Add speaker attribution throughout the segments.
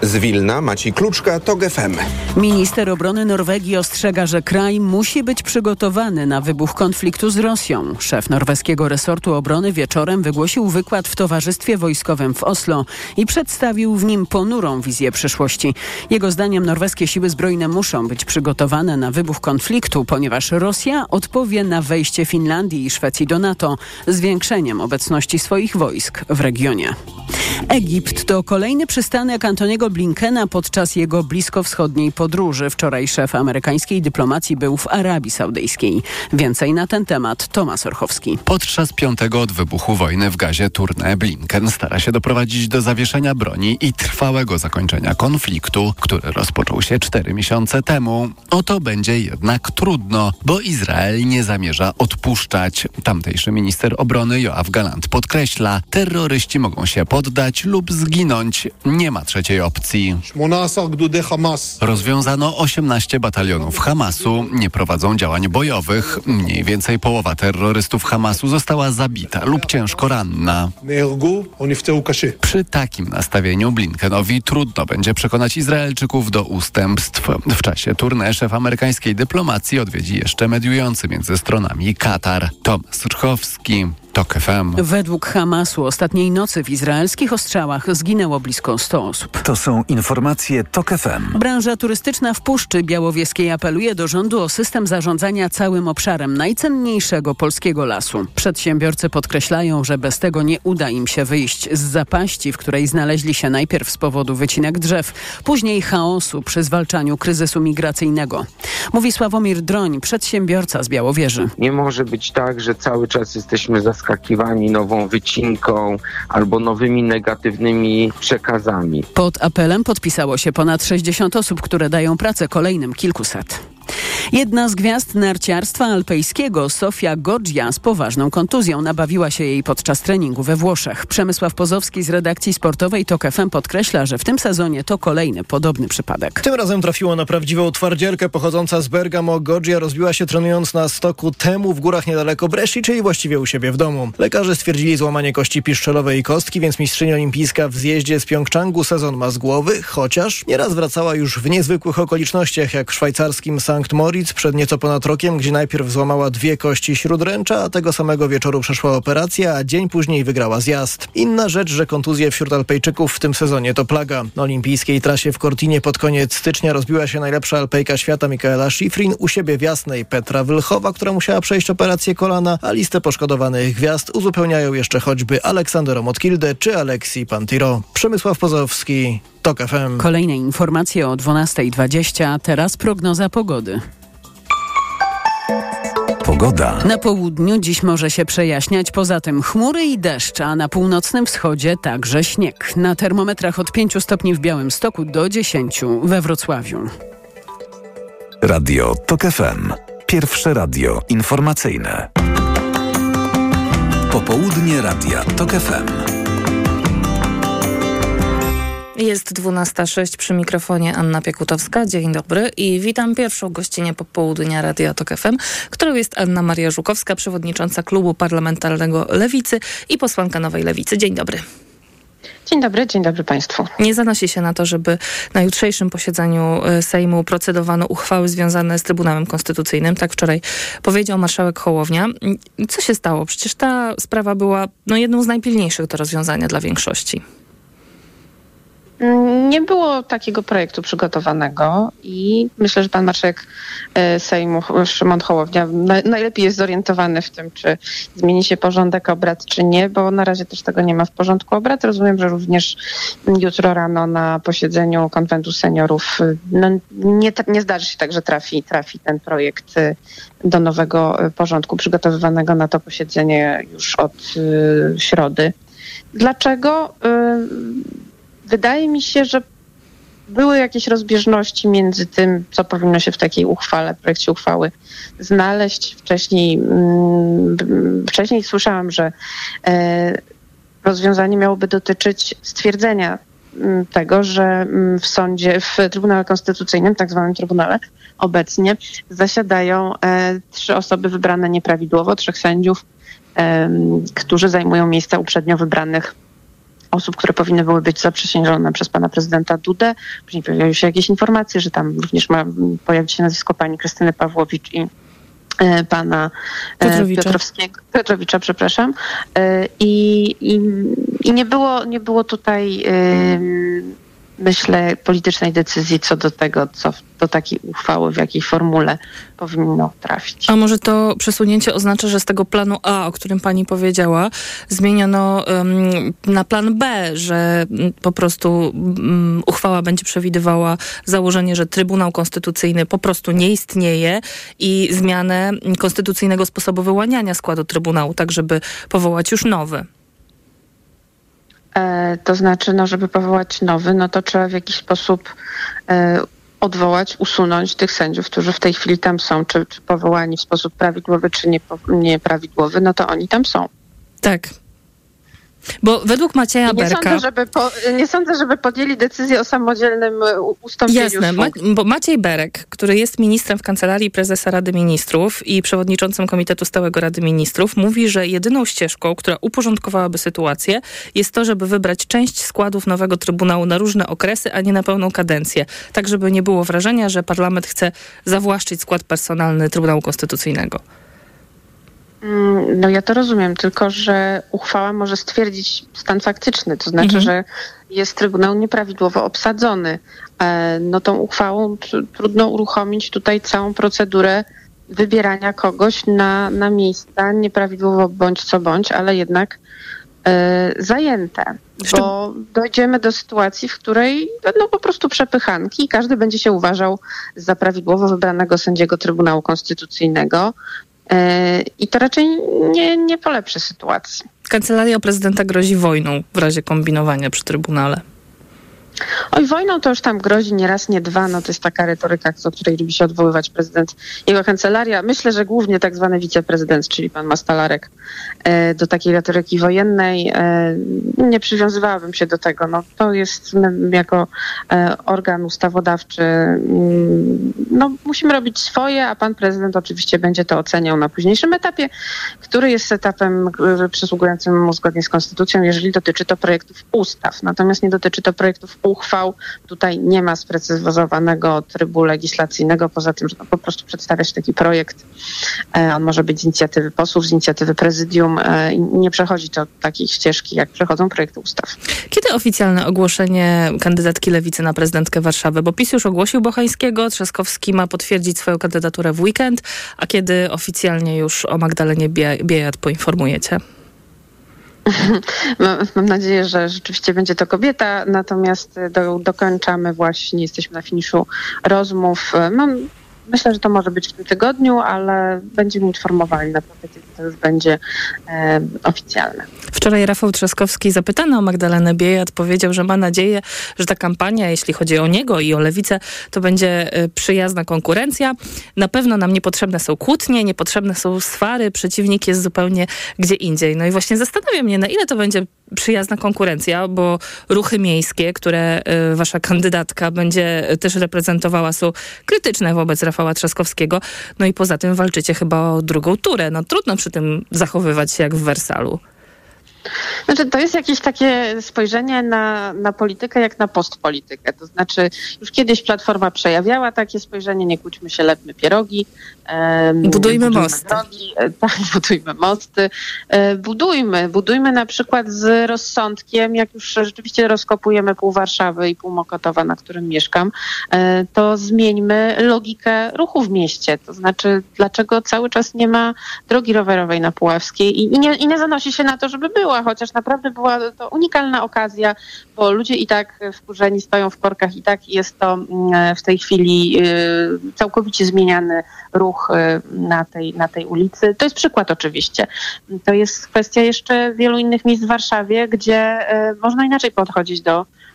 Speaker 1: Z Wilna Maciej Kluczka, TOG FM.
Speaker 2: Minister obrony Norwegii ostrzega, że kraj musi być przygotowany na wybuch konfliktu z Rosją. Szef norweskiego resortu obrony wieczorem wygłosił wykład w towarzystwie wojskowym w Oslo i przedstawił w nim ponurą wizję przyszłości. Jego zdaniem norweskie siły zbrojne muszą być przygotowane na wybuch konfliktu, ponieważ Rosja odpowie na wejście Finlandii i Szwecji do NATO zwiększeniem obecności swoich wojsk w regionie. Egipt to kolejny przystanek Antoniego Blinkena podczas jego bliskowschodniej podróży. Wczoraj szef amerykańskiej dyplomacji był w Arabii Saudyjskiej. Więcej na ten temat Tomasz Orchowski.
Speaker 3: Podczas piątego od wybuchu wojny w Gazie tournée Blinken stara się doprowadzić do zawieszenia broni i trwałego zakończenia konfliktu, który rozpoczął się 4 miesiące temu. To będzie jednak trudno, bo Izrael nie zamierza odpuszczać. Tamtejszy minister obrony Yoav Gallant podkreśla, terroryści mogą się poddać lub zginąć. Nie ma trzeciej opcji. Rozwiązano 18 batalionów Hamasu, nie prowadzą działań bojowych. Mniej więcej połowa terrorystów Hamasu została zabita lub ciężko ranna. Przy takim nastawieniu Blinkenowi trudno będzie przekonać Izraelczyków do ustępstw. W czasie tournée szef amerykańskiej dyplomacji odwiedzi jeszcze mediujący między stronami Katar. Tomasz Orchowski, TOG FM.
Speaker 2: Według Hamasu ostatniej nocy w izraelskich ostrzałach zginęło blisko 100 osób.
Speaker 4: To są informacje TOG FM.
Speaker 2: Branża turystyczna w Puszczy Białowieskiej apeluje do rządu o system zarządzania całym obszarem najcenniejszego polskiego lasu. Przedsiębiorcy podkreślają, że bez tego nie uda im się wyjść z zapaści, w której znaleźli się najpierw z powodu wycinek drzew, później chaosu przy zwalczaniu kryzysu migracyjnego. Mówi Sławomir Droń, przedsiębiorca z Białowieży.
Speaker 5: Nie może być tak, że cały czas jesteśmy zaskakiwani nową wycinką albo nowymi negatywnymi przekazami.
Speaker 2: Pod apelem podpisało się ponad 60 osób, które dają pracę kolejnym kilkuset. Jedna z gwiazd narciarstwa alpejskiego, Sofia Goggia, z poważną kontuzją. Nabawiła się jej podczas treningu we Włoszech. Przemysław Pozowski z redakcji sportowej TOG FM podkreśla, że w tym sezonie to kolejny podobny przypadek.
Speaker 6: Tym razem trafiło na prawdziwą twardzielkę pochodząca z Bergamo. Goggia rozbiła się trenując na stoku Temu w górach niedaleko Bresci, czyli właściwie u siebie w domu. Lekarze stwierdzili złamanie kości piszczelowej i kostki, więc mistrzyni olimpijska w zjeździe z Pjongczangu sezon ma z głowy, chociaż nieraz wracała już w niezwykłych okolicznościach, jak w szwajcarskim Sankt Moritz przed nieco ponad rokiem, gdzie najpierw złamała 2 kości śródręcza, a tego samego wieczoru przeszła operację, a dzień później wygrała zjazd. Inna rzecz, że kontuzje wśród Alpejczyków w tym sezonie to plaga. Na olimpijskiej trasie w Cortinie pod koniec stycznia rozbiła się najlepsza Alpejka świata Michaela Schifrin, u siebie w Jasnej Petra Wylchowa, która musiała przejść operację kolana, a listę poszkodowanych gwiazd uzupełniają jeszcze choćby Aleksander Motkilde czy Alexis Pantiro. Przemysław Pozowski, TOG FM.
Speaker 2: Kolejne informacje o 12:20, teraz prognoza pogody.
Speaker 4: Pogoda.
Speaker 2: Na południu dziś może się przejaśniać, poza tym chmury i deszcz, a na północnym wschodzie także śnieg. Na termometrach od 5 stopni w Białymstoku do 10 we Wrocławiu.
Speaker 4: Radio TOG FM. Pierwsze radio informacyjne. Popołudnie Radia TOG FM.
Speaker 7: Jest 12:06 przy mikrofonie Anna Piekutowska. Dzień dobry i witam pierwszą gościnię popołudnia Radia TOG FM, którą jest Anna Maria Żukowska, przewodnicząca Klubu Parlamentarnego Lewicy i posłanka Nowej Lewicy. Dzień dobry.
Speaker 8: Dzień dobry Państwu.
Speaker 7: Nie zanosi się na to, żeby na jutrzejszym posiedzeniu Sejmu procedowano uchwały związane z Trybunałem Konstytucyjnym. Tak wczoraj powiedział marszałek Hołownia. Co się stało? Przecież ta sprawa była jedną z najpilniejszych do rozwiązania dla większości.
Speaker 8: Nie było takiego projektu przygotowanego i myślę, że pan marszałek Sejmu Szymon Hołownia najlepiej jest zorientowany w tym, czy zmieni się porządek obrad, czy nie, bo na razie też tego nie ma w porządku obrad. Rozumiem, że również jutro rano na posiedzeniu Konwentu Seniorów nie zdarzy się tak, że trafi ten projekt do nowego porządku przygotowywanego na to posiedzenie już od środy. Dlaczego? Wydaje mi się, że były jakieś rozbieżności między tym, co powinno się w takiej projekcie uchwały znaleźć. Wcześniej słyszałam, że rozwiązanie miałoby dotyczyć stwierdzenia tego, że w Trybunale Konstytucyjnym, tak zwanym Trybunale, obecnie zasiadają 3 osoby wybrane nieprawidłowo, 3 sędziów, którzy zajmują miejsca uprzednio wybranych osób, które powinny były być zaprzysiężone przez pana prezydenta Dudę. Później pojawiały się jakieś informacje, że tam również ma pojawić się nazwisko pani Krystyny Pawłowicz i pana Piotrowicza, przepraszam. I nie było tutaj myślę, politycznej decyzji co do tego, co do takiej uchwały, w jakiej formule powinno trafić.
Speaker 7: A może to przesunięcie oznacza, że z tego planu A, o którym pani powiedziała, zmieniono na plan B, że po prostu uchwała będzie przewidywała założenie, że Trybunał Konstytucyjny po prostu nie istnieje i zmianę konstytucyjnego sposobu wyłaniania składu Trybunału, tak żeby powołać już nowy.
Speaker 8: To znaczy, żeby powołać nowy, to trzeba w jakiś sposób odwołać, usunąć tych sędziów, którzy w tej chwili tam są, czy powołani w sposób prawidłowy, czy nieprawidłowy, to oni tam są.
Speaker 7: Tak. Bo według Macieja Berka...
Speaker 8: Nie sądzę, żeby podjęli decyzję o samodzielnym ustąpieniu.
Speaker 7: Jasne, bo Maciej Berek, który jest ministrem w Kancelarii Prezesa Rady Ministrów i przewodniczącym Komitetu Stałego Rady Ministrów, mówi, że jedyną ścieżką, która uporządkowałaby sytuację, jest to, żeby wybrać część składów nowego Trybunału na różne okresy, a nie na pełną kadencję. Tak, żeby nie było wrażenia, że parlament chce zawłaszczyć skład personalny Trybunału Konstytucyjnego.
Speaker 8: Ja to rozumiem, tylko że uchwała może stwierdzić stan faktyczny, to znaczy, że jest Trybunał nieprawidłowo obsadzony. Tą uchwałą trudno uruchomić tutaj całą procedurę wybierania kogoś na miejsca nieprawidłowo bądź co bądź, ale jednak zajęte. Bo dojdziemy do sytuacji, w której będą po prostu przepychanki i każdy będzie się uważał za prawidłowo wybranego sędziego Trybunału Konstytucyjnego. I to raczej nie polepszy sytuacji.
Speaker 7: Kancelaria Prezydenta grozi wojną w razie kombinowania przy Trybunale.
Speaker 8: Oj, wojną to już tam grozi nie raz, nie dwa. To jest taka retoryka, do której lubi się odwoływać prezydent, jego kancelaria. Myślę, że głównie tak zwany wiceprezydent, czyli pan Mastalarek, do takiej retoryki wojennej. Nie przywiązywałabym się do tego. To jest jako organ ustawodawczy. Musimy robić swoje, a pan prezydent oczywiście będzie to oceniał na późniejszym etapie, który jest etapem przysługującym mu zgodnie z konstytucją, jeżeli dotyczy to projektów ustaw. Natomiast nie dotyczy to projektów uchwał. Tutaj nie ma sprecyzowanego trybu legislacyjnego, poza tym, że po prostu przedstawia się taki projekt. On może być z inicjatywy posłów, z inicjatywy prezydium i nie przechodzi to takiej ścieżki, jak przechodzą projekty ustaw.
Speaker 7: Kiedy oficjalne ogłoszenie kandydatki Lewicy na prezydentkę Warszawy? Bo PiS już ogłosił Bochańskiego, Trzaskowski ma potwierdzić swoją kandydaturę w weekend, a kiedy oficjalnie już o Magdalenie Biejat poinformujecie?
Speaker 8: Mam nadzieję, że rzeczywiście będzie to kobieta, natomiast dokończamy właśnie, jesteśmy na finiszu rozmów. Myślę, że to może być w tym tygodniu, ale będziemy informowali naprawdę, kiedy to już będzie oficjalne.
Speaker 7: Wczoraj Rafał Trzaskowski, zapytany o Magdalenę Biejat, powiedział, że ma nadzieję, że ta kampania, jeśli chodzi o niego i o Lewicę, to będzie przyjazna konkurencja. Na pewno nam niepotrzebne są kłótnie, niepotrzebne są swary, przeciwnik jest zupełnie gdzie indziej. I właśnie zastanawia mnie, na ile to będzie przyjazna konkurencja, bo ruchy miejskie, które wasza kandydatka będzie też reprezentowała, są krytyczne wobec Rafała Trzaskowskiego. I poza tym walczycie chyba o drugą turę. Trudno przy tym zachowywać się jak w Wersalu.
Speaker 8: To jest jakieś takie spojrzenie na politykę jak na postpolitykę. To znaczy już kiedyś Platforma przejawiała takie spojrzenie, nie kłóćmy się, lepmy pierogi.
Speaker 7: Budujmy mosty.
Speaker 8: Drogi, budujmy mosty. Budujmy na przykład z rozsądkiem, jak już rzeczywiście rozkopujemy pół Warszawy i pół Mokotowa, na którym mieszkam, to zmieńmy logikę ruchu w mieście. To znaczy, dlaczego cały czas nie ma drogi rowerowej na Puławskiej i nie zanosi się na to, żeby była, chociaż naprawdę była to unikalna okazja, bo ludzie i tak wkurzeni stoją w korkach i tak jest to w tej chwili całkowicie zmieniany ruch na tej ulicy. To jest przykład oczywiście. To jest kwestia jeszcze wielu innych miejsc w Warszawie, gdzie można inaczej podchodzić do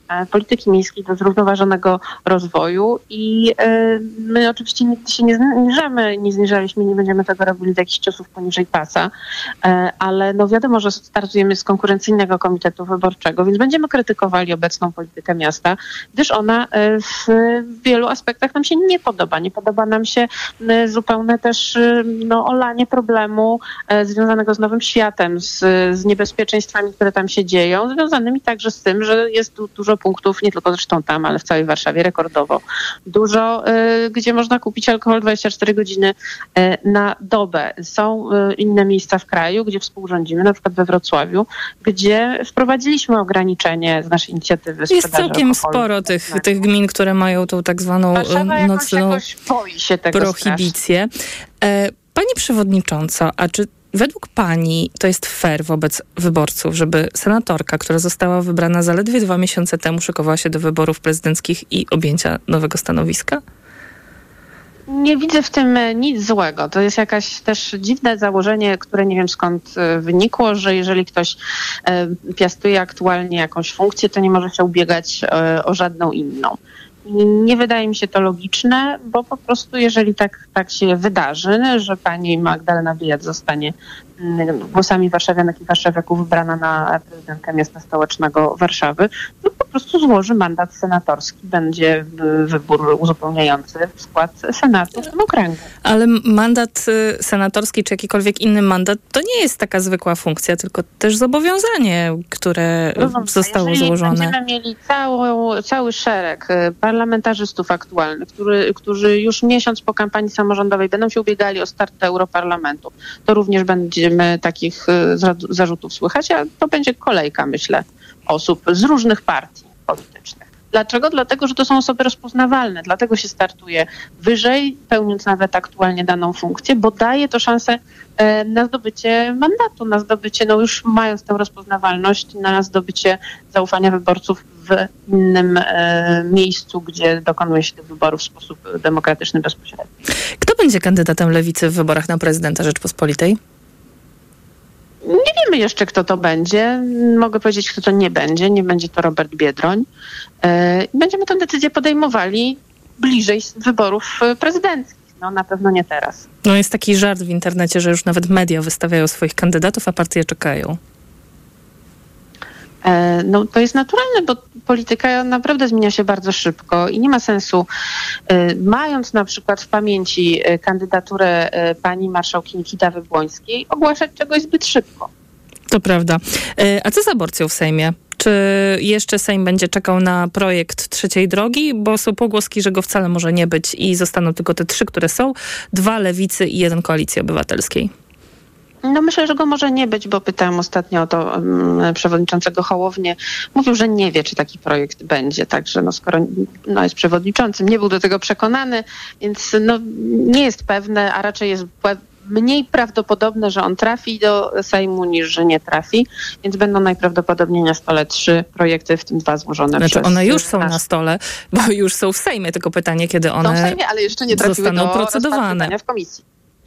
Speaker 8: polityki miejskiej do zrównoważonego rozwoju i my oczywiście nigdy się nie zniżaliśmy, nie będziemy tego robili do jakichś ciosów poniżej pasa, ale no wiadomo, że startujemy z konkurencyjnego komitetu wyborczego, więc będziemy krytykowali obecną politykę miasta, gdyż ona w wielu aspektach nam się nie podoba. Nie podoba nam się zupełne też olanie problemu związanego z Nowym Światem, z niebezpieczeństwami, które tam się dzieją, związanymi także z tym, że jest tu dużo punktów, nie tylko zresztą tam, ale w całej Warszawie rekordowo dużo, gdzie można kupić alkohol 24 godziny na dobę. Są inne miejsca w kraju, gdzie współrządzimy, na przykład we Wrocławiu, gdzie wprowadziliśmy ograniczenie z naszej inicjatywy sprzedaży
Speaker 7: Jest całkiem
Speaker 8: alkoholu.
Speaker 7: sporo tych gmin, które mają tą tak zwaną nocną
Speaker 8: boi się tego
Speaker 7: prohibicję. Pani przewodnicząca, a czy według pani to jest fair wobec wyborców, żeby senatorka, która została wybrana zaledwie 2 miesiące temu, szykowała się do wyborów prezydenckich i objęcia nowego stanowiska?
Speaker 8: Nie widzę w tym nic złego. To jest jakaś też dziwne założenie, które nie wiem skąd wynikło, że jeżeli ktoś piastuje aktualnie jakąś funkcję, to nie może się ubiegać o żadną inną. Nie wydaje mi się to logiczne, bo po prostu jeżeli tak się wydarzy, że pani Magdalena Biejat zostanie głosami warszawianek i warszawiaków wybrana na prezydentkę miasta stołecznego Warszawy, to po prostu złoży mandat senatorski. Będzie wybór uzupełniający w skład Senatu w tym okręgu.
Speaker 7: Ale mandat senatorski czy jakikolwiek inny mandat to nie jest taka zwykła funkcja, tylko też zobowiązanie, które zostało złożone.
Speaker 8: Będziemy mieli cały szereg parlamentarzystów aktualnych, którzy już miesiąc po kampanii samorządowej będą się ubiegali o start do Europarlamentu. To również będziemy takich zarzutów słychać, a to będzie kolejka, myślę, osób z różnych partii politycznych. Dlaczego? Dlatego, że to są osoby rozpoznawalne. Dlatego się startuje wyżej, pełniąc nawet aktualnie daną funkcję, bo daje to szansę na zdobycie mandatu, na zdobycie, już mając tę rozpoznawalność, na zdobycie zaufania wyborców w innym miejscu, gdzie dokonuje się tych wyborów w sposób demokratyczny, bezpośredni.
Speaker 7: Kto będzie kandydatem Lewicy w wyborach na prezydenta Rzeczpospolitej?
Speaker 8: Nie wiemy jeszcze, kto to będzie. Mogę powiedzieć, kto to nie będzie. Nie będzie to Robert Biedroń. Będziemy tę decyzję podejmowali bliżej wyborów prezydenckich. Na pewno nie teraz.
Speaker 7: Jest taki żart w internecie, że już nawet media wystawiają swoich kandydatów, a partie czekają.
Speaker 8: To jest naturalne, bo polityka naprawdę zmienia się bardzo szybko i nie ma sensu, mając na przykład w pamięci kandydaturę pani marszałkini Kidawy-Błońskiej, ogłaszać czegoś zbyt szybko.
Speaker 7: To prawda. A co z aborcją w Sejmie? Czy jeszcze Sejm będzie czekał na projekt trzeciej drogi? Bo są pogłoski, że go wcale może nie być i zostaną tylko te 3, które są. 2 Lewicy i 1 Koalicji Obywatelskiej.
Speaker 8: Myślę, że go może nie być, bo pytałam ostatnio o to przewodniczącego Hołownię. Mówił, że nie wie, czy taki projekt będzie. Także skoro jest przewodniczącym, nie był do tego przekonany, więc nie jest pewne, a raczej jest mniej prawdopodobne, że on trafi do Sejmu, niż że nie trafi. Więc będą najprawdopodobniej na stole 3 projekty, w tym 2 złożone przez...
Speaker 7: One już są na stole, bo już są w Sejmie. Tylko pytanie, kiedy one
Speaker 8: są w Sejmie, ale jeszcze nie trafiły do rozpatrywania w komisji.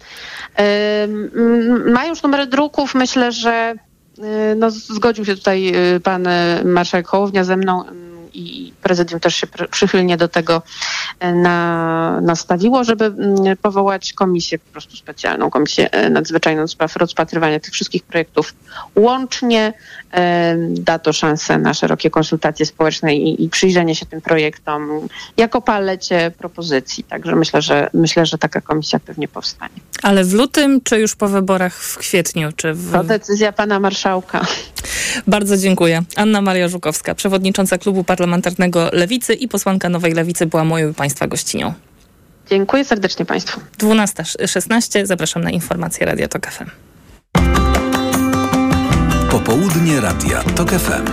Speaker 8: Ma już numery druków. Myślę, że zgodził się tutaj pan marszałek Hołownia ze mną i prezydium też się przychylnie do tego nastawiło, żeby powołać komisję po prostu specjalną, komisję nadzwyczajną do spraw rozpatrywania tych wszystkich projektów łącznie. Da to szansę na szerokie konsultacje społeczne i przyjrzenie się tym projektom jako palecie propozycji. Także myślę, że taka komisja pewnie powstanie.
Speaker 7: Ale w lutym, czy już po wyborach w kwietniu?
Speaker 8: To decyzja pana marszałka.
Speaker 7: Bardzo dziękuję. Anna Maria Żukowska, przewodnicząca Klubu Parlamentarnego Lewicy i posłanka Nowej Lewicy, była moją i państwa gościnią.
Speaker 8: Dziękuję serdecznie państwu.
Speaker 7: 12:16. Zapraszam na informacje Radia TOK FM.
Speaker 4: Popołudnie Radia TOK FM.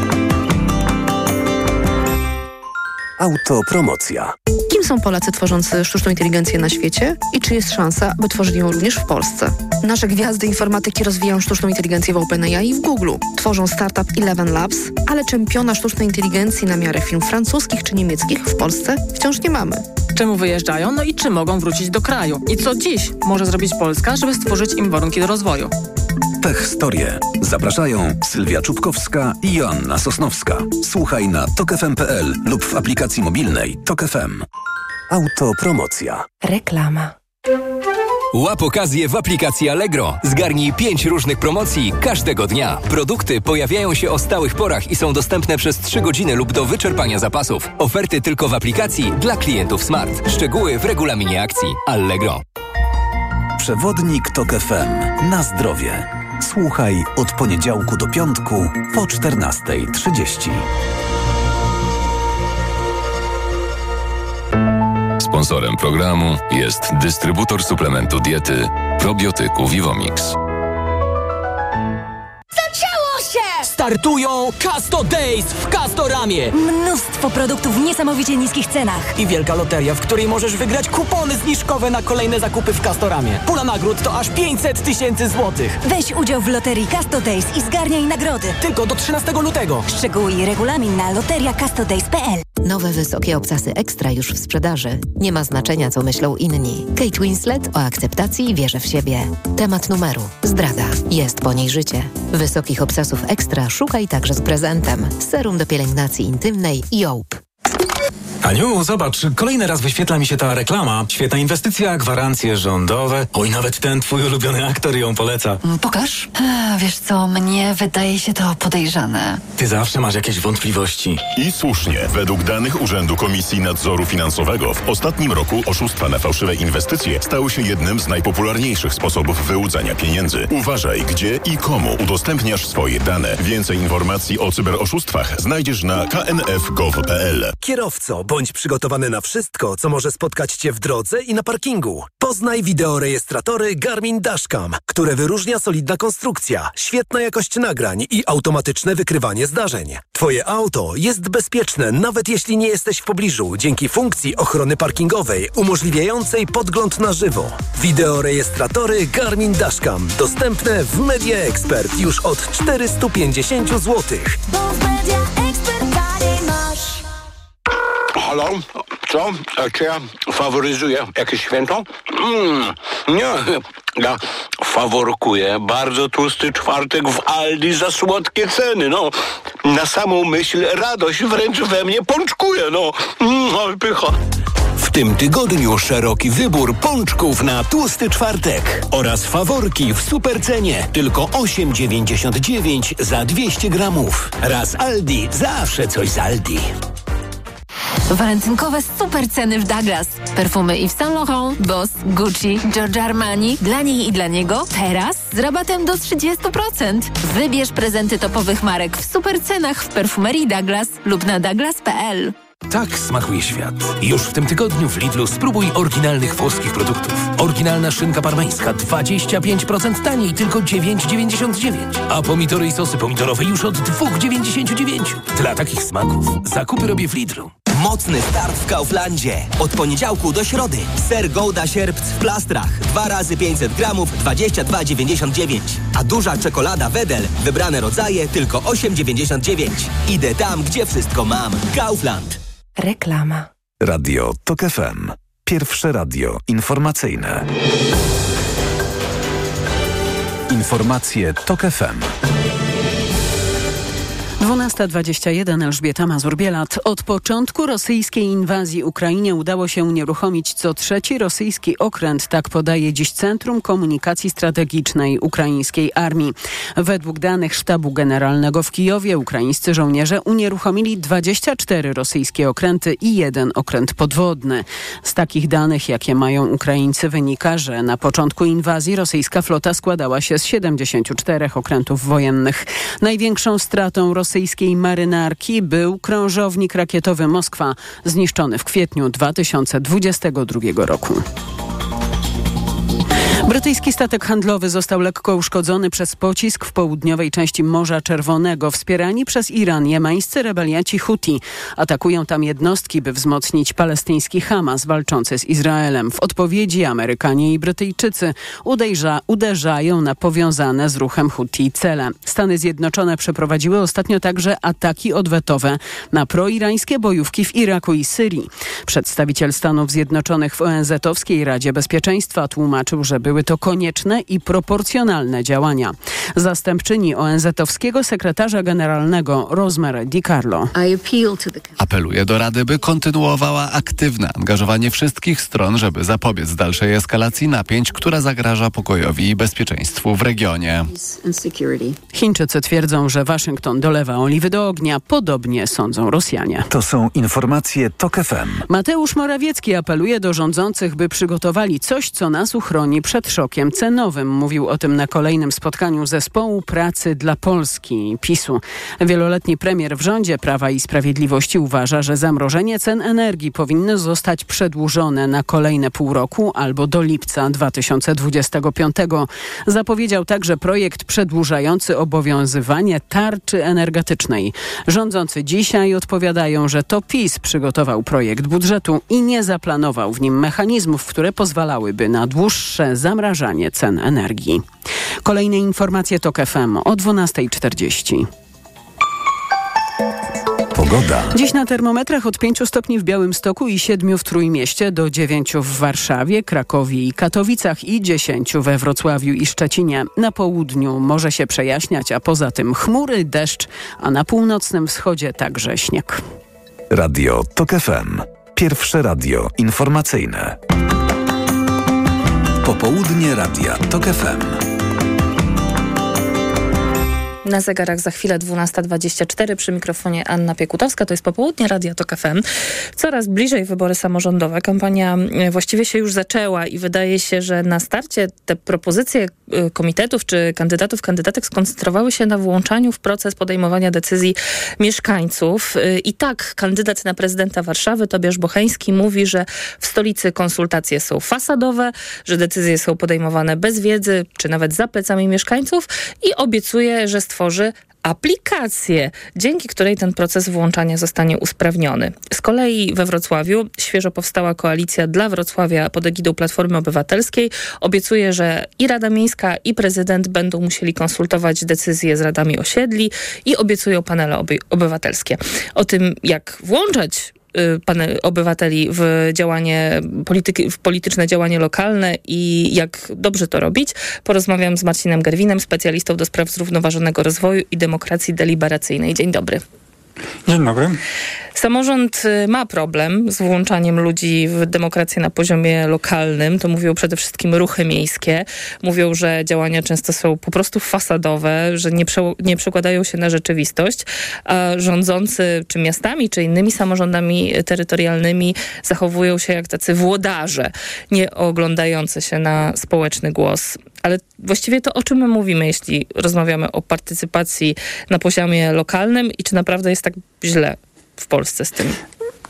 Speaker 4: Autopromocja.
Speaker 9: Kim są Polacy tworzący sztuczną inteligencję na świecie i czy jest szansa, by tworzyli ją również w Polsce? Nasze gwiazdy informatyki rozwijają sztuczną inteligencję w OpenAI i w Google. Tworzą startup Eleven Labs, ale czempiona sztucznej inteligencji na miarę firm francuskich czy niemieckich w Polsce wciąż nie mamy.
Speaker 10: Czemu wyjeżdżają? I czy mogą wrócić do kraju? I co dziś może zrobić Polska, żeby stworzyć im warunki do rozwoju?
Speaker 4: Techstorie. Zapraszają Sylwia Czubkowska i Joanna Sosnowska. Słuchaj na tokfm.pl lub w aplikacji mobilnej Tok FM. Autopromocja.
Speaker 10: Reklama.
Speaker 11: Łap okazję w aplikacji Allegro. Zgarnij 5 różnych promocji każdego dnia. Produkty pojawiają się o stałych porach i są dostępne przez 3 godziny lub do wyczerpania zapasów. Oferty tylko w aplikacji dla klientów Smart. Szczegóły w regulaminie akcji. Allegro.
Speaker 4: Przewodnik Tok FM. Na zdrowie. Słuchaj od poniedziałku do piątku po 14:30.
Speaker 12: Sponsorem programu jest dystrybutor suplementu diety probiotyku Vivomix.
Speaker 13: Zaczęło się!
Speaker 14: Startują Casto Days w Castoramie.
Speaker 13: Mnóstwo produktów w niesamowicie niskich cenach.
Speaker 14: I wielka loteria, w której możesz wygrać kupony zniżkowe na kolejne zakupy w Castoramie. Pula nagród to aż 500 000 złotych.
Speaker 13: Weź udział w loterii Casto Days i zgarniaj nagrody.
Speaker 14: Tylko do 13 lutego.
Speaker 13: Szczegóły i regulamin na loteriacastodays.pl.
Speaker 15: Nowe wysokie obcasy Extra już w sprzedaży. Nie ma znaczenia, co myślą inni. Kate Winslet o akceptacji i wierze w siebie. Temat numeru. Zdrada. Jest po niej życie. Wysokich obcasów Extra szukaj także z prezentem. Serum do pielęgnacji intymnej Jołp.
Speaker 16: Aniu, zobacz, kolejny raz wyświetla mi się ta reklama. Świetna inwestycja, gwarancje rządowe. Oj, nawet ten twój ulubiony aktor ją poleca.
Speaker 17: Pokaż. Wiesz co, mnie wydaje się to podejrzane.
Speaker 16: Ty zawsze masz jakieś wątpliwości.
Speaker 18: I słusznie. Według danych Urzędu Komisji Nadzoru Finansowego w ostatnim roku oszustwa na fałszywe inwestycje stały się jednym z najpopularniejszych sposobów wyłudzania pieniędzy. Uważaj, gdzie i komu udostępniasz swoje dane. Więcej informacji o cyberoszustwach znajdziesz na knf.gov.pl.
Speaker 19: Kierowco, bądź przygotowany na wszystko, co może spotkać Cię w drodze i na parkingu. Poznaj wideorejestratory Garmin Dashcam, które wyróżnia solidna konstrukcja, świetna jakość nagrań i automatyczne wykrywanie zdarzeń. Twoje auto jest bezpieczne, nawet jeśli nie jesteś w pobliżu, dzięki funkcji ochrony parkingowej umożliwiającej podgląd na żywo. Wideorejestratory Garmin Dashcam dostępne w Media Expert już od 450 zł.
Speaker 20: Bo w Media Expert taniej masz.
Speaker 21: Halo? Co? Czy ja faworyzuję jakieś święto? Nie. Ja faworyzuję bardzo tłusty czwartek w Aldi za słodkie ceny. No, na samą myśl radość wręcz we mnie pączkuje. No, pycha.
Speaker 22: W tym tygodniu szeroki wybór pączków na tłusty czwartek oraz faworki w supercenie. Tylko 8,99 za 200 gramów. Raz Aldi, zawsze coś z Aldi.
Speaker 17: Walentynkowe super ceny w Douglas. Perfumy Yves Saint Laurent, Boss, Gucci, Giorgio Armani. Dla niej i dla niego teraz z rabatem do 30%. Wybierz prezenty topowych marek w super cenach w perfumerii Douglas lub na douglas.pl.
Speaker 23: Tak smakuje świat. Już w tym tygodniu w Lidlu spróbuj oryginalnych włoskich produktów. Oryginalna szynka parmeńska 25% taniej, tylko 9,99. A pomidory i sosy pomidorowe już od 2,99. Dla takich smaków zakupy robię w Lidlu.
Speaker 24: Mocny start w Kauflandzie. Od poniedziałku do środy. Ser Gouda Sierpc w plastrach. 2 razy 500 gramów, 22,99. A duża czekolada Wedel, wybrane rodzaje, tylko 8,99. Idę tam, gdzie wszystko mam. Kaufland.
Speaker 10: Reklama.
Speaker 4: Radio Tok FM. Pierwsze radio informacyjne. Informacje Tok FM.
Speaker 2: 12:21. Elżbieta Mazur-Bielat. Od początku rosyjskiej inwazji Ukrainie udało się unieruchomić co trzeci rosyjski okręt, tak podaje dziś Centrum Komunikacji Strategicznej ukraińskiej armii. Według danych Sztabu Generalnego w Kijowie ukraińscy żołnierze unieruchomili 24 rosyjskie okręty i 1 okręt podwodny. Z takich danych, jakie mają Ukraińcy, wynika, że na początku inwazji rosyjska flota składała się z 74 okrętów wojennych. Największą stratą rosyjskiej marynarki był krążownik rakietowy Moskwa, zniszczony w kwietniu 2022 roku. Brytyjski statek handlowy został lekko uszkodzony przez pocisk w południowej części Morza Czerwonego. Wspierani przez Iran jemeńscy rebelianci Huti atakują tam jednostki, by wzmocnić palestyński Hamas walczący z Izraelem. W odpowiedzi Amerykanie i Brytyjczycy uderzają na powiązane z ruchem Huti cele. Stany Zjednoczone przeprowadziły ostatnio także ataki odwetowe na proirańskie bojówki w Iraku i Syrii. Przedstawiciel Stanów Zjednoczonych w ONZ-owskiej Radzie Bezpieczeństwa tłumaczył, że były Były to konieczne i proporcjonalne działania. Zastępczyni ONZ-owskiego sekretarza generalnego Rosemary DiCarlo.
Speaker 1: Apeluję do Rady, by kontynuowała aktywne angażowanie wszystkich stron, żeby zapobiec dalszej eskalacji napięć, która zagraża pokojowi i bezpieczeństwu w regionie.
Speaker 2: Chińczycy twierdzą, że Waszyngton dolewa oliwy do ognia. Podobnie sądzą Rosjanie.
Speaker 4: To są informacje TOK FM.
Speaker 2: Mateusz Morawiecki apeluje do rządzących, by przygotowali coś, co nas uchroni przed szokiem cenowym. Mówił o tym na kolejnym spotkaniu Zespołu Pracy dla Polski PiS-u. Wieloletni premier w rządzie Prawa i Sprawiedliwości uważa, że zamrożenie cen energii powinno zostać przedłużone na kolejne pół roku albo do lipca 2025. Zapowiedział także projekt przedłużający obowiązywanie tarczy energetycznej. Rządzący dzisiaj odpowiadają, że to PiS przygotował projekt budżetu i nie zaplanował w nim mechanizmów, które pozwalałyby na dłuższe zamrażanie cen energii. Kolejne informacje TOK FM o 12:40.
Speaker 4: Pogoda.
Speaker 2: Dziś na termometrach od 5 stopni w Białymstoku i 7 w Trójmieście do 9 w Warszawie, Krakowie i Katowicach i 10 we Wrocławiu i Szczecinie. Na południu może się przejaśniać, a poza tym chmury, deszcz, a na północnym wschodzie także śnieg.
Speaker 4: Radio TOK FM. Pierwsze radio informacyjne. Popołudnie Radia TOK FM.
Speaker 7: Na zegarach za chwilę 12:24, przy mikrofonie Anna Piekutowska. To jest Popołudnie Radia TOK FM. Coraz bliżej wybory samorządowe. Kampania właściwie się już zaczęła i wydaje się, że na starcie te propozycje komitetów czy kandydatek skoncentrowały się na włączaniu w proces podejmowania decyzji mieszkańców. I tak kandydat na prezydenta Warszawy, Tobiasz Bocheński, mówi, że w stolicy konsultacje są fasadowe, że decyzje są podejmowane bez wiedzy, czy nawet za plecami mieszkańców i obiecuje, że stworzy aplikację, dzięki której ten proces włączania zostanie usprawniony. Z kolei we Wrocławiu świeżo powstała koalicja dla Wrocławia pod egidą Platformy Obywatelskiej. Obiecuje, że i Rada Miejska, i prezydent będą musieli konsultować decyzje z radami osiedli i obiecują panele obywatelskie. O tym, jak włączać obywateli w działanie w polityczne działanie lokalne i jak dobrze to robić, porozmawiam z Marcinem Gerwinem, specjalistą do spraw zrównoważonego rozwoju i demokracji deliberacyjnej. Dzień dobry.
Speaker 3: Dzień dobry.
Speaker 7: Samorząd ma problem z włączaniem ludzi w demokrację na poziomie lokalnym. To mówią przede wszystkim ruchy miejskie. Mówią, że działania często są po prostu fasadowe, że nie przekładają się na rzeczywistość. A rządzący czy miastami, czy innymi samorządami terytorialnymi zachowują się jak tacy włodarze, nie oglądający się na społeczny głos. Ale właściwie to o czym my mówimy, jeśli rozmawiamy o partycypacji na poziomie lokalnym i czy naprawdę jest tak źle w Polsce z tym?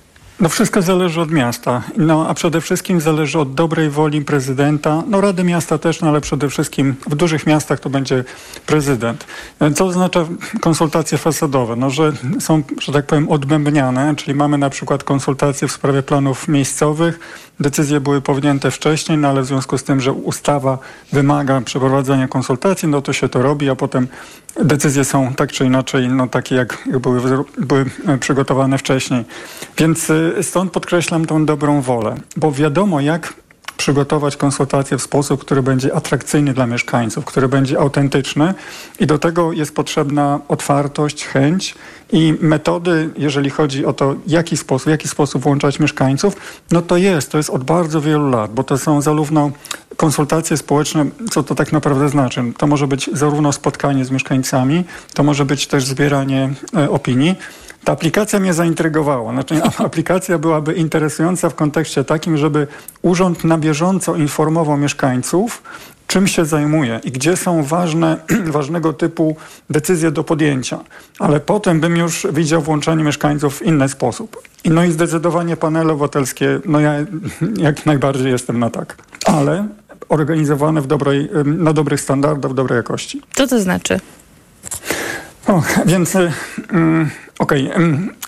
Speaker 3: No wszystko zależy od miasta, a przede wszystkim zależy od dobrej woli prezydenta, Rady Miasta też, ale przede wszystkim w dużych miastach to będzie prezydent. Co oznacza konsultacje fasadowe? Że są, że tak powiem, odbębniane, czyli mamy na przykład konsultacje w sprawie planów miejscowych, decyzje były powzięte wcześniej, ale w związku z tym, że ustawa wymaga przeprowadzenia konsultacji, to się to robi, a potem decyzje są tak czy inaczej, takie jak były przygotowane wcześniej. Więc stąd podkreślam tą dobrą wolę, bo wiadomo, jak przygotować konsultacje w sposób, który będzie atrakcyjny dla mieszkańców, który będzie autentyczny i do tego jest potrzebna otwartość, chęć i metody, jeżeli chodzi o to, w jaki sposób włączać mieszkańców, to jest od bardzo wielu lat, bo to są zarówno konsultacje społeczne, co to tak naprawdę znaczy. To może być zarówno spotkanie z mieszkańcami, to może być też zbieranie opinii. Ta aplikacja mnie zaintrygowała. Aplikacja byłaby interesująca w kontekście takim, żeby urząd na bieżąco informował mieszkańców, czym się zajmuje i gdzie są ważnego typu decyzje do podjęcia. Ale potem bym już widział włączanie mieszkańców w inny sposób. I zdecydowanie panele obywatelskie, ja jak najbardziej jestem na tak. Ale organizowane na dobrych standardach, w dobrej jakości.
Speaker 7: Co to znaczy?
Speaker 3: Więc okej.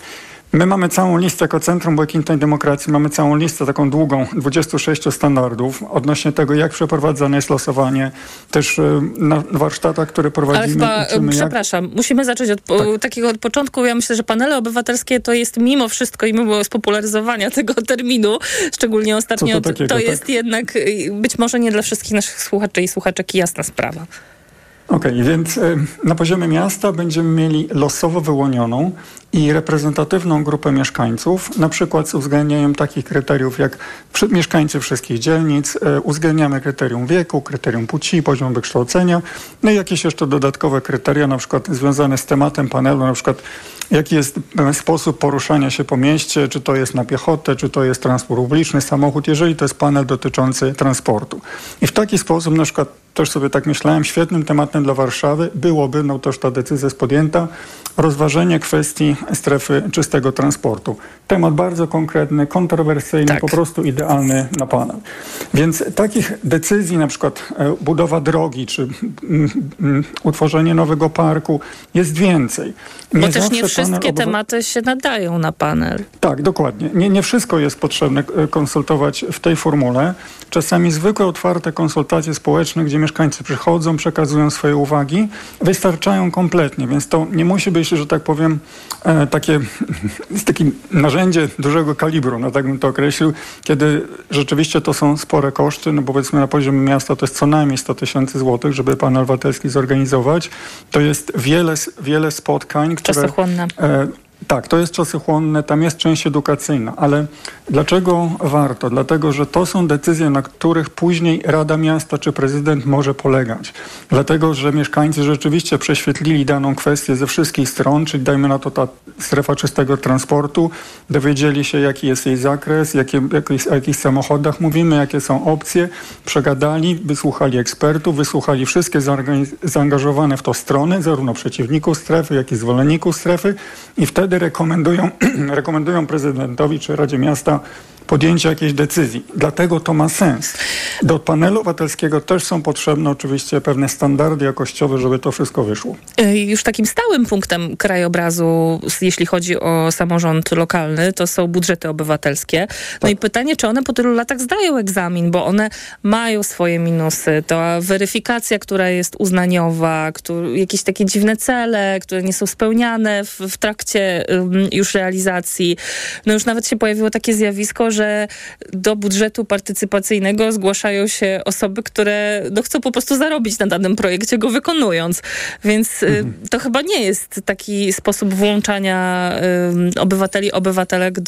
Speaker 3: My mamy całą listę, jako Centrum Błękitnej Demokracji, mamy całą listę taką długą, 26 standardów odnośnie tego, jak przeprowadzane jest losowanie. Też na warsztatach, które prowadzimy.
Speaker 7: Ale chyba, przepraszam, musimy zacząć od takiego od początku. Ja myślę, że panele obywatelskie to jest mimo wszystko i mimo spopularyzowania tego terminu, szczególnie ostatnio, to jest jednak być może nie dla wszystkich naszych słuchaczy i słuchaczek jasna sprawa.
Speaker 3: Okej, więc na poziomie miasta będziemy mieli losowo wyłonioną i reprezentatywną grupę mieszkańców, na przykład z uwzględnieniem takich kryteriów jak mieszkańcy wszystkich dzielnic, uwzględniamy kryterium wieku, kryterium płci, poziom wykształcenia, no i jakieś jeszcze dodatkowe kryteria, na przykład związane z tematem panelu, na przykład jaki jest sposób poruszania się po mieście, czy to jest na piechotę, czy to jest transport publiczny, samochód, jeżeli to jest panel dotyczący transportu. I w taki sposób, na przykład też sobie tak myślałem, świetnym tematem dla Warszawy byłoby, no to już ta decyzja jest podjęta, rozważenie kwestii strefy czystego transportu. Temat bardzo konkretny, kontrowersyjny, po prostu idealny na panel. Więc takich decyzji, na przykład budowa drogi, czy utworzenie nowego parku jest więcej.
Speaker 7: Bo też nie wszystkie tematy się nadają na panel.
Speaker 3: Tak, dokładnie. Nie wszystko jest potrzebne konsultować w tej formule. Czasami zwykłe, otwarte konsultacje społeczne, gdzie mieszkańcy przychodzą, przekazują swoje uwagi, wystarczają kompletnie, więc to nie musi być, że tak powiem, takie narzędzie dużego kalibru, no tak bym to określił, kiedy rzeczywiście to są spore koszty, no bo powiedzmy na poziomie miasta to jest co najmniej 100 000 złotych, żeby panel obywatelski zorganizować. To jest wiele spotkań, które...
Speaker 7: Czasochłonne.
Speaker 3: Tak, to jest czasochłonne, tam jest część edukacyjna, ale dlaczego warto? Dlatego, że to są decyzje, na których później Rada Miasta czy prezydent może polegać. Dlatego, że mieszkańcy rzeczywiście prześwietlili daną kwestię ze wszystkich stron, czyli dajmy na to ta strefa czystego transportu, dowiedzieli się, jaki jest jej zakres, o jakich samochodach mówimy, jakie są opcje, przegadali, wysłuchali ekspertów, wysłuchali wszystkie zaangażowane w to strony, zarówno przeciwników strefy, jak i zwolenników strefy i wtedy rekomendują prezydentowi czy Radzie Miasta podjęcie jakiejś decyzji. Dlatego to ma sens. Do panelu obywatelskiego też są potrzebne oczywiście pewne standardy jakościowe, żeby to wszystko wyszło.
Speaker 7: Już takim stałym punktem krajobrazu, jeśli chodzi o samorząd lokalny, to są budżety obywatelskie. No i pytanie, czy one po tylu latach zdają egzamin, bo one mają swoje minusy. Ta weryfikacja, która jest uznaniowa, jakieś takie dziwne cele, które nie są spełniane w trakcie już realizacji. No już nawet się pojawiło takie zjawisko, że do budżetu partycypacyjnego zgłaszają się osoby, które chcą po prostu zarobić na danym projekcie, go wykonując. Więc to chyba nie jest taki sposób włączania obywatelek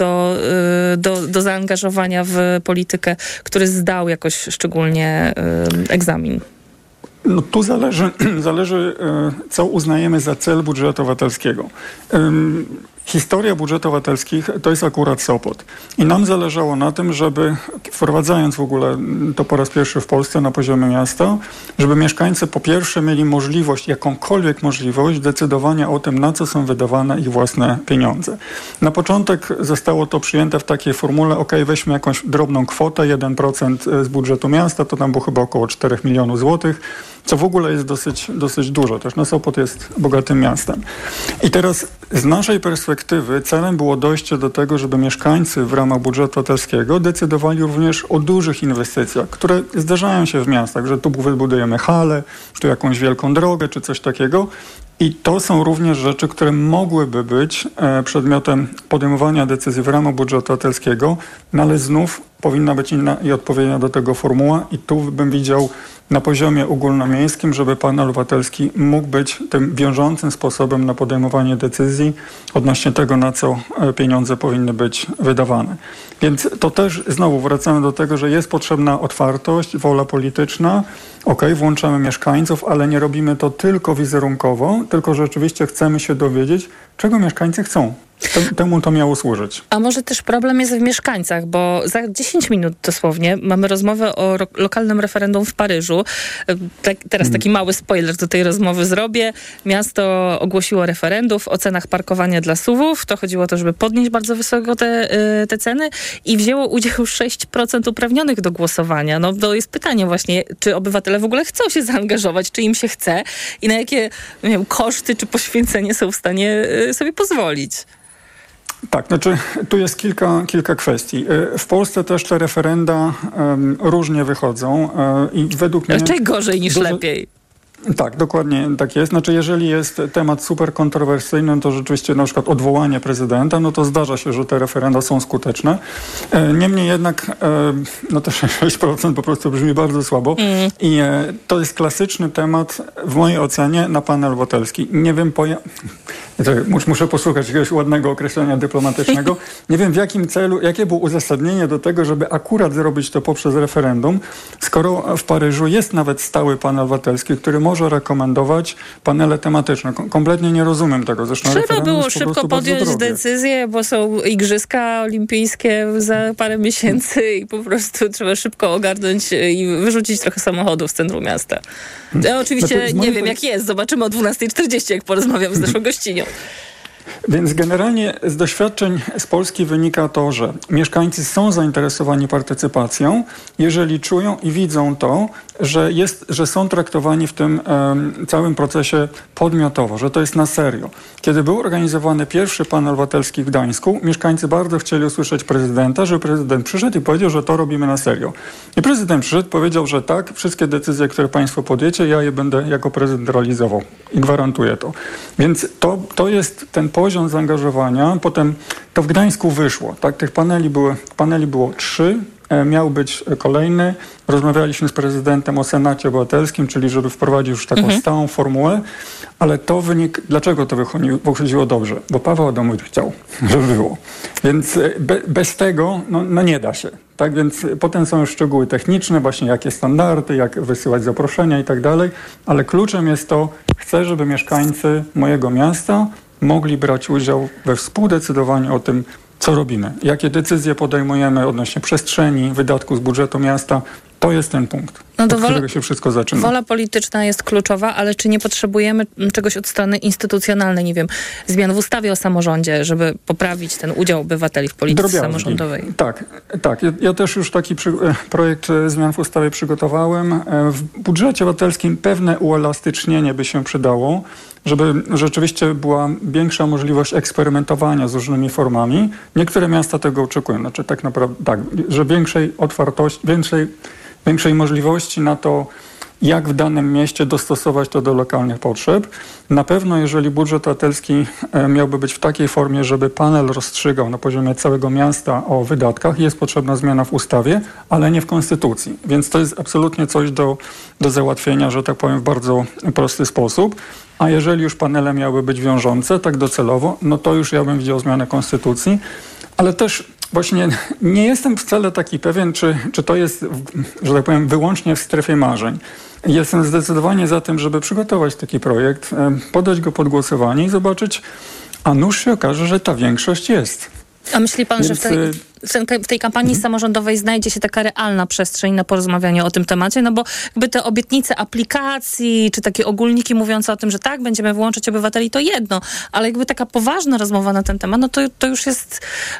Speaker 7: do zaangażowania w politykę, który zdał jakoś szczególnie egzamin.
Speaker 3: No tu zależy, co uznajemy za cel budżetu obywatelskiego. Historia budżetów obywatelskich to jest akurat Sopot. I nam zależało na tym, żeby wprowadzając w ogóle to po raz pierwszy w Polsce na poziomie miasta, żeby mieszkańcy po pierwsze mieli możliwość, jakąkolwiek możliwość decydowania o tym, na co są wydawane ich własne pieniądze. Na początek zostało to przyjęte w takiej formule, weźmy jakąś drobną kwotę, 1% z budżetu miasta, to tam było chyba około 4 milionów złotych, co w ogóle jest dosyć dużo też. No Sopot jest bogatym miastem. I teraz z naszej perspektywy celem było dojście do tego, żeby mieszkańcy w ramach budżetu obywatelskiego decydowali również o dużych inwestycjach, które zdarzają się w miastach, że tu wybudujemy halę, tu jakąś wielką drogę, czy coś takiego. I to są również rzeczy, które mogłyby być przedmiotem podejmowania decyzji w ramach budżetu obywatelskiego, no ale znów powinna być inna i odpowiednia do tego formuła i tu bym widział na poziomie ogólnomiejskim, żeby panel obywatelski mógł być tym wiążącym sposobem na podejmowanie decyzji odnośnie tego, na co pieniądze powinny być wydawane. Więc to też znowu wracamy do tego, że jest potrzebna otwartość, wola polityczna. Włączamy mieszkańców, ale nie robimy to tylko wizerunkowo, tylko rzeczywiście chcemy się dowiedzieć, czego mieszkańcy chcą. Temu to miało służyć.
Speaker 7: A może też problem jest w mieszkańcach, bo za 10 minut dosłownie mamy rozmowę o lokalnym referendum w Paryżu. Teraz taki mały spoiler do tej rozmowy zrobię. Miasto ogłosiło referendum o cenach parkowania dla SUV-ów. To chodziło o to, żeby podnieść bardzo wysoko te ceny i wzięło udział 6% uprawnionych do głosowania. No to jest pytanie właśnie, czy obywatele w ogóle chcą się zaangażować, czy im się chce i na jakie koszty czy poświęcenie są w stanie sobie pozwolić.
Speaker 3: Tak, znaczy tu jest kilka kwestii. W Polsce też te referenda różnie wychodzą i według mnie...
Speaker 7: Raczej gorzej niż lepiej.
Speaker 3: Tak, dokładnie tak jest. Znaczy, jeżeli jest temat super kontrowersyjny, to rzeczywiście na przykład odwołanie prezydenta, no to zdarza się, że te referenda są skuteczne. Niemniej jednak, no to 6% po prostu brzmi bardzo słabo i to jest klasyczny temat w mojej ocenie na panel obywatelski. Nie wiem, muszę posłuchać jakiegoś ładnego określenia dyplomatycznego. Nie wiem w jakim celu, jakie było uzasadnienie do tego, żeby akurat zrobić to poprzez referendum, skoro w Paryżu jest nawet stały panel obywatelski, który może rekomendować panele tematyczne. Kompletnie nie rozumiem tego. Zresztą
Speaker 7: trzeba było szybko podjąć decyzję, bo są igrzyska olimpijskie za parę miesięcy i po prostu trzeba szybko ogarnąć i wyrzucić trochę samochodów z centrum miasta. Ja oczywiście nie wiem jak jest. Zobaczymy o 12:40, jak porozmawiam z naszą gościnią.
Speaker 3: Więc generalnie z doświadczeń z Polski wynika to, że mieszkańcy są zainteresowani partycypacją, jeżeli czują i widzą to, że są traktowani w tym całym procesie podmiotowo, że to jest na serio. Kiedy był organizowany pierwszy panel obywatelski w Gdańsku, mieszkańcy bardzo chcieli usłyszeć prezydenta, że prezydent przyszedł i powiedział, że to robimy na serio. I prezydent przyszedł, powiedział, że tak, wszystkie decyzje, które państwo podjęcie, ja je będę jako prezydent realizował i gwarantuję to. Więc to jest ten poziom zaangażowania. Potem to w Gdańsku wyszło. Tak? Tych paneli było 3. Miał być kolejny. Rozmawialiśmy z prezydentem o Senacie Obywatelskim, czyli żeby wprowadzić już taką stałą formułę, ale dlaczego to wychodziło dobrze? Bo Paweł Adamowicz chciał, żeby było. Więc bez tego no nie da się. Tak więc potem są już szczegóły techniczne, właśnie jakie standardy, jak wysyłać zaproszenia i tak dalej, ale kluczem jest to, chcę, żeby mieszkańcy mojego miasta mogli brać udział we współdecydowaniu o tym, co robimy, jakie decyzje podejmujemy odnośnie przestrzeni, wydatków z budżetu miasta. To jest ten punkt, od którego się wszystko zaczyna.
Speaker 7: Wola polityczna jest kluczowa, ale czy nie potrzebujemy czegoś od strony instytucjonalnej, nie wiem, zmian w ustawie o samorządzie, żeby poprawić ten udział obywateli w polityce samorządowej?
Speaker 3: Tak. Ja też już taki projekt zmian w ustawie przygotowałem. W budżecie obywatelskim pewne uelastycznienie by się przydało, żeby rzeczywiście była większa możliwość eksperymentowania z różnymi formami. Niektóre miasta tego oczekują. Znaczy tak naprawdę tak, że większej otwartości, większej możliwości na to, jak w danym mieście dostosować to do lokalnych potrzeb. Na pewno, jeżeli budżet obywatelski miałby być w takiej formie, żeby panel rozstrzygał na poziomie całego miasta o wydatkach, jest potrzebna zmiana w ustawie, ale nie w konstytucji. Więc to jest absolutnie coś do załatwienia, że tak powiem, w bardzo prosty sposób. A jeżeli już panele miały być wiążące, tak docelowo, no to już ja bym widział zmianę konstytucji. Ale też właśnie nie jestem wcale taki pewien, czy to jest, że tak powiem, wyłącznie w strefie marzeń. Jestem zdecydowanie za tym, żeby przygotować taki projekt, podać go pod głosowanie i zobaczyć, a nuż się okaże, że ta większość jest.
Speaker 7: A myśli pan, że w tej kampanii samorządowej znajdzie się taka realna przestrzeń na porozmawianie o tym temacie? No bo jakby te obietnice aplikacji, czy takie ogólniki mówiące o tym, że tak, będziemy włączyć obywateli, to jedno. Ale jakby taka poważna rozmowa na ten temat, no to już jest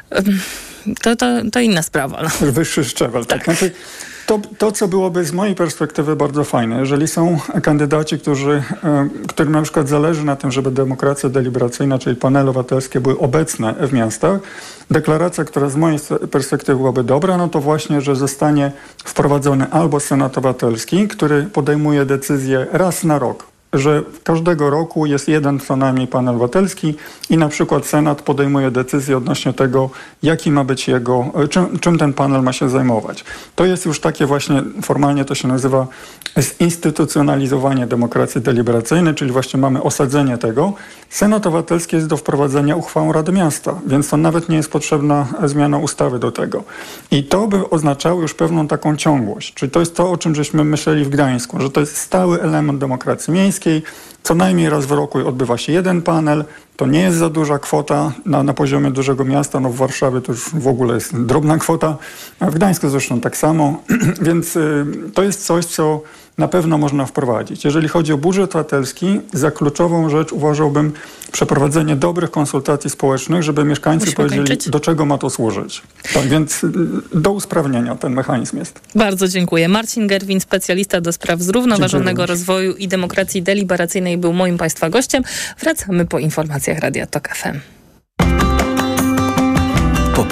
Speaker 7: to inna sprawa. No.
Speaker 3: Wyższy szczebel, tak? Znaczy, to, co byłoby z mojej perspektywy bardzo fajne, jeżeli są kandydaci, którym na przykład zależy na tym, żeby demokracja deliberacyjna, czyli panele obywatelskie były obecne w miastach, deklaracja, która z mojej perspektywy byłaby dobra, no to właśnie, że zostanie wprowadzony albo Senat Obywatelski, który podejmuje decyzję raz na rok, że każdego roku jest jeden co najmniej panel obywatelski i na przykład Senat podejmuje decyzję odnośnie tego, jaki ma być czym ten panel ma się zajmować. To jest już takie właśnie, formalnie to się nazywa zinstytucjonalizowanie demokracji deliberacyjnej, czyli właśnie mamy osadzenie tego. Senat Obywatelski jest do wprowadzenia uchwałą Rady Miasta, więc to nawet nie jest potrzebna zmiana ustawy do tego. I to by oznaczało już pewną taką ciągłość. Czyli to jest to, o czym żeśmy myśleli w Gdańsku, że to jest stały element demokracji miejskiej. Co najmniej raz w roku odbywa się jeden panel. To nie jest za duża kwota na poziomie dużego miasta. No w Warszawie to już w ogóle jest drobna kwota, a w Gdańsku zresztą tak samo. Więc to jest coś, co na pewno można wprowadzić. Jeżeli chodzi o budżet obywatelski, za kluczową rzecz uważałbym przeprowadzenie dobrych konsultacji społecznych, żeby mieszkańcy powiedzieli, do czego ma to służyć. Tak więc do usprawnienia ten mechanizm jest.
Speaker 7: Bardzo dziękuję. Marcin Gerwin, specjalista do spraw zrównoważonego rozwoju i demokracji deliberacyjnej, był moim Państwa gościem. Wracamy po informacjach Radia TOK FM.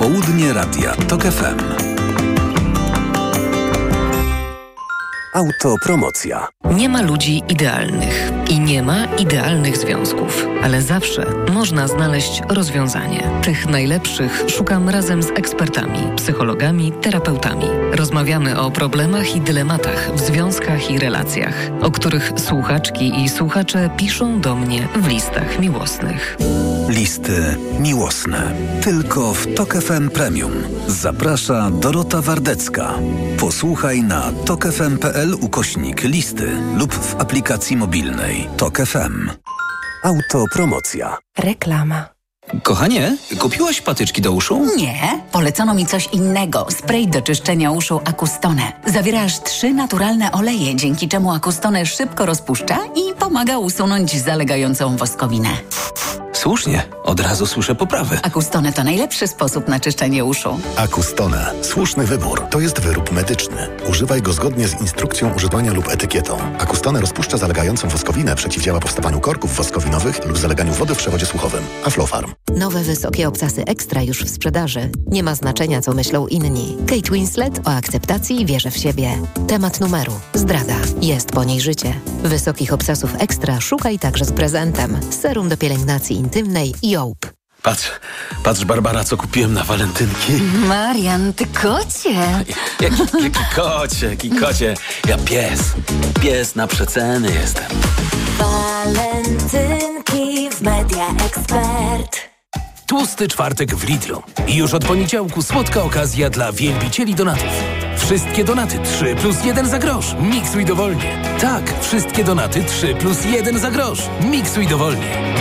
Speaker 4: Popołudnie Radia TOK FM. Autopromocja.
Speaker 5: Nie ma ludzi idealnych i nie ma idealnych związków, ale zawsze można znaleźć rozwiązanie. Tych najlepszych szukam razem z ekspertami, psychologami, terapeutami. Rozmawiamy o problemach i dylematach w związkach i relacjach, o których słuchaczki i słuchacze piszą do mnie w listach miłosnych.
Speaker 4: Listy miłosne. Tylko w TOK FM Premium. Zaprasza Dorota Wardecka. Posłuchaj na tokfm.pl/listy lub w aplikacji mobilnej TOK FM. Autopromocja.
Speaker 6: Reklama.
Speaker 8: Kochanie, kupiłaś patyczki do uszu?
Speaker 6: Nie, polecono mi coś innego. Spray do czyszczenia uszu Acustone. Zawiera aż 3 naturalne oleje, dzięki czemu Acustone szybko rozpuszcza i pomaga usunąć zalegającą woskowinę.
Speaker 8: Słusznie, od razu słyszę poprawę.
Speaker 6: Acustone to najlepszy sposób na czyszczenie uszu.
Speaker 10: Acustone. Słuszny wybór. To jest wyrób medyczny. Używaj go zgodnie z instrukcją używania lub etykietą. Acustone rozpuszcza zalegającą woskowinę, przeciwdziała powstawaniu korków woskowinowych lub zaleganiu wody w przewodzie słuchowym. Aflofarm.
Speaker 15: Nowe wysokie obcasy Extra już w sprzedaży. Nie ma znaczenia, co myślą inni. Kate Winslet o akceptacji i wierze w siebie. Temat numeru. Zdrada. Jest po niej życie. Wysokich obcasów Extra szukaj także z prezentem. Serum do pielęgnacji intymnej Jołp.
Speaker 8: Patrz Barbara, co kupiłem na walentynki.
Speaker 6: Marian, ty kocie!
Speaker 8: Jaki kocie. Ja pies na przeceny jestem.
Speaker 20: Walentynki w Media Expert.
Speaker 23: Tłusty czwartek w Lidlu. I już od poniedziałku słodka okazja dla wielbicieli donatów. Wszystkie donaty 3+1 za grosz. Miksuj dowolnie. Tak, wszystkie donaty 3+1 za grosz. Miksuj dowolnie.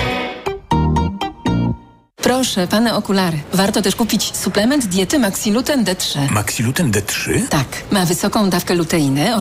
Speaker 25: Proszę, pane okulary. Warto też kupić suplement diety Maxiluten D3.
Speaker 16: Maxiluten D3?
Speaker 25: Tak, ma wysoką dawkę luteiny